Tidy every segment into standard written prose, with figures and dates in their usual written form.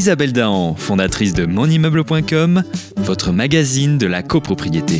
Isabelle Dahan, fondatrice de monimmeuble.com, votre magazine de la copropriété.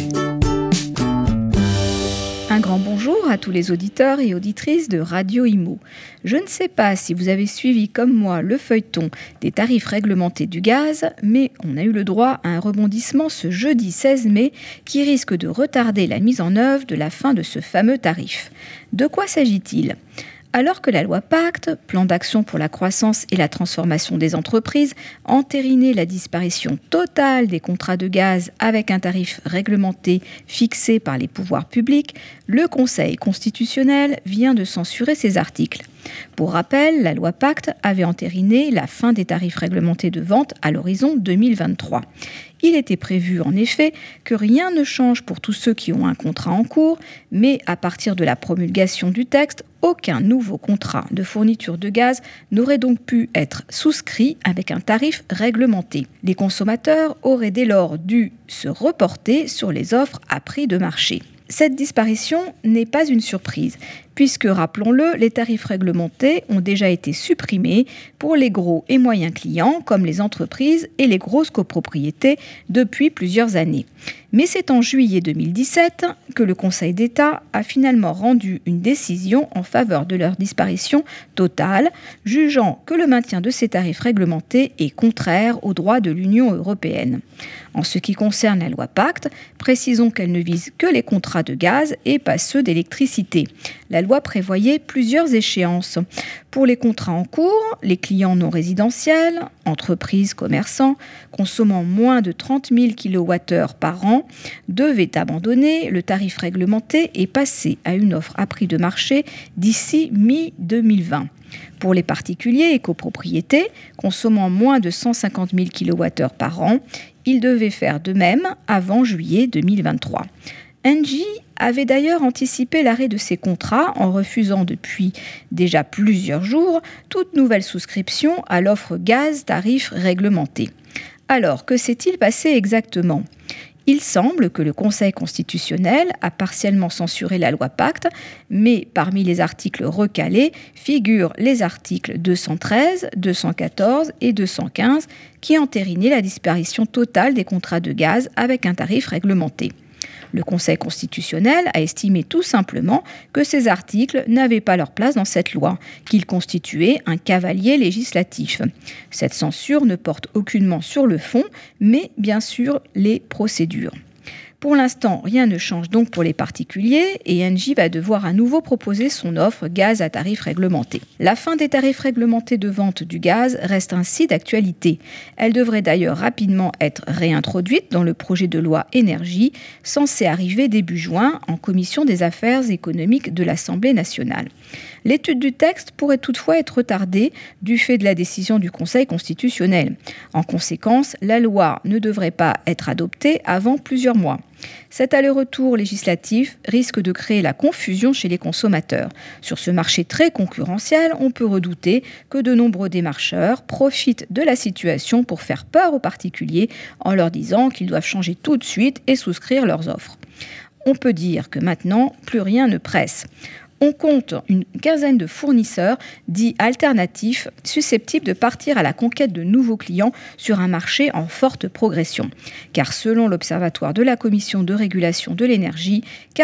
Un grand bonjour à tous les auditeurs et auditrices de Radio Imo. Je ne sais pas si vous avez suivi comme moi le feuilleton des tarifs réglementés du gaz, mais on a eu le droit à un rebondissement ce jeudi 16 mai qui risque de retarder la mise en œuvre de la fin de ce fameux tarif. De quoi s'agit-il ? Alors que la loi Pacte, plan d'action pour la croissance et la transformation des entreprises, entérinait la disparition totale des contrats de gaz avec un tarif réglementé fixé par les pouvoirs publics, le Conseil constitutionnel vient de censurer ces articles. Pour rappel, la loi Pacte avait entériné la fin des tarifs réglementés de vente à l'horizon 2023. Il était prévu en effet que rien ne change pour tous ceux qui ont un contrat en cours, mais à partir de la promulgation du texte, aucun nouveau contrat de fourniture de gaz n'aurait donc pu être souscrit avec un tarif réglementé. Les consommateurs auraient dès lors dû se reporter sur les offres à prix de marché. Cette disparition n'est pas une surprise, puisque, rappelons-le, les tarifs réglementés ont déjà été supprimés pour les gros et moyens clients, comme les entreprises et les grosses copropriétés, depuis plusieurs années. Mais c'est en juillet 2017 que le Conseil d'État a finalement rendu une décision en faveur de leur disparition totale, jugeant que le maintien de ces tarifs réglementés est contraire aux droits de l'Union européenne. En ce qui concerne la loi Pacte, précisons qu'elle ne vise que les contrats de gaz et pas ceux d'électricité. La loi prévoyait plusieurs échéances. Pour les contrats en cours, les clients non résidentiels, entreprises, commerçants, consommant moins de 30 000 kWh par an, devaient abandonner le tarif réglementé et passer à une offre à prix de marché d'ici mi-2020. Pour les particuliers et copropriétés, consommant moins de 150 000 kWh par an, ils devaient faire de même avant juillet 2023. Engie avait d'ailleurs anticipé l'arrêt de ces contrats en refusant depuis déjà plusieurs jours toute nouvelle souscription à l'offre gaz tarif réglementé. Alors, que s'est-il passé exactement ? Il semble que le Conseil constitutionnel a partiellement censuré la loi Pacte, mais parmi les articles recalés figurent les articles 213, 214 et 215 qui entérinaient la disparition totale des contrats de gaz avec un tarif réglementé. Le Conseil constitutionnel a estimé tout simplement que ces articles n'avaient pas leur place dans cette loi, qu'ils constituaient un cavalier législatif. Cette censure ne porte aucunement sur le fond, mais bien sûr les procédures. Pour l'instant, rien ne change donc pour les particuliers et Engie va devoir à nouveau proposer son offre gaz à tarif réglementé. La fin des tarifs réglementés de vente du gaz reste ainsi d'actualité. Elle devrait d'ailleurs rapidement être réintroduite dans le projet de loi énergie censé arriver début juin en commission des affaires économiques de l'Assemblée nationale. L'étude du texte pourrait toutefois être retardée du fait de la décision du Conseil constitutionnel. En conséquence, la loi ne devrait pas être adoptée avant plusieurs mois. Cet aller-retour législatif risque de créer la confusion chez les consommateurs. Sur ce marché très concurrentiel, on peut redouter que de nombreux démarcheurs profitent de la situation pour faire peur aux particuliers en leur disant qu'ils doivent changer tout de suite et souscrire leurs offres. On peut dire que maintenant, plus rien ne presse. On compte une quinzaine de fournisseurs dits alternatifs susceptibles de partir à la conquête de nouveaux clients sur un marché en forte progression. Car selon l'Observatoire de la Commission de régulation de l'énergie,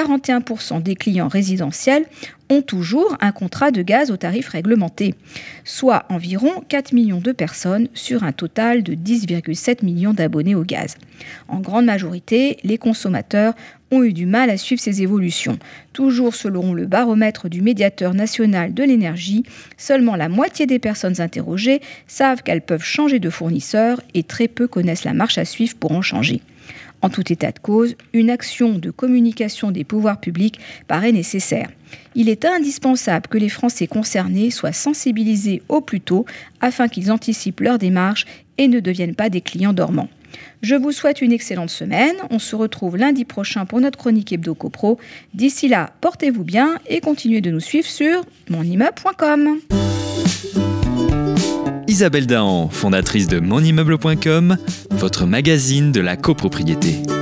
41% des clients résidentiels ont toujours un contrat de gaz au tarif réglementé, soit environ 4 millions de personnes sur un total de 10,7 millions d'abonnés au gaz. En grande majorité, les consommateurs ont eu du mal à suivre ces évolutions. Toujours selon le baromètre du médiateur national de l'énergie, seulement la moitié des personnes interrogées savent qu'elles peuvent changer de fournisseur et très peu connaissent la marche à suivre pour en changer. En tout état de cause, une action de communication des pouvoirs publics paraît nécessaire. Il est indispensable que les Français concernés soient sensibilisés au plus tôt afin qu'ils anticipent leur démarche et ne deviennent pas des clients dormants. Je vous souhaite une excellente semaine. On se retrouve lundi prochain pour notre chronique Hebdo Copro. D'ici là, portez-vous bien et continuez de nous suivre sur monimmeuble.com. Isabelle Dahan, fondatrice de monimmeuble.com, votre magazine de la copropriété.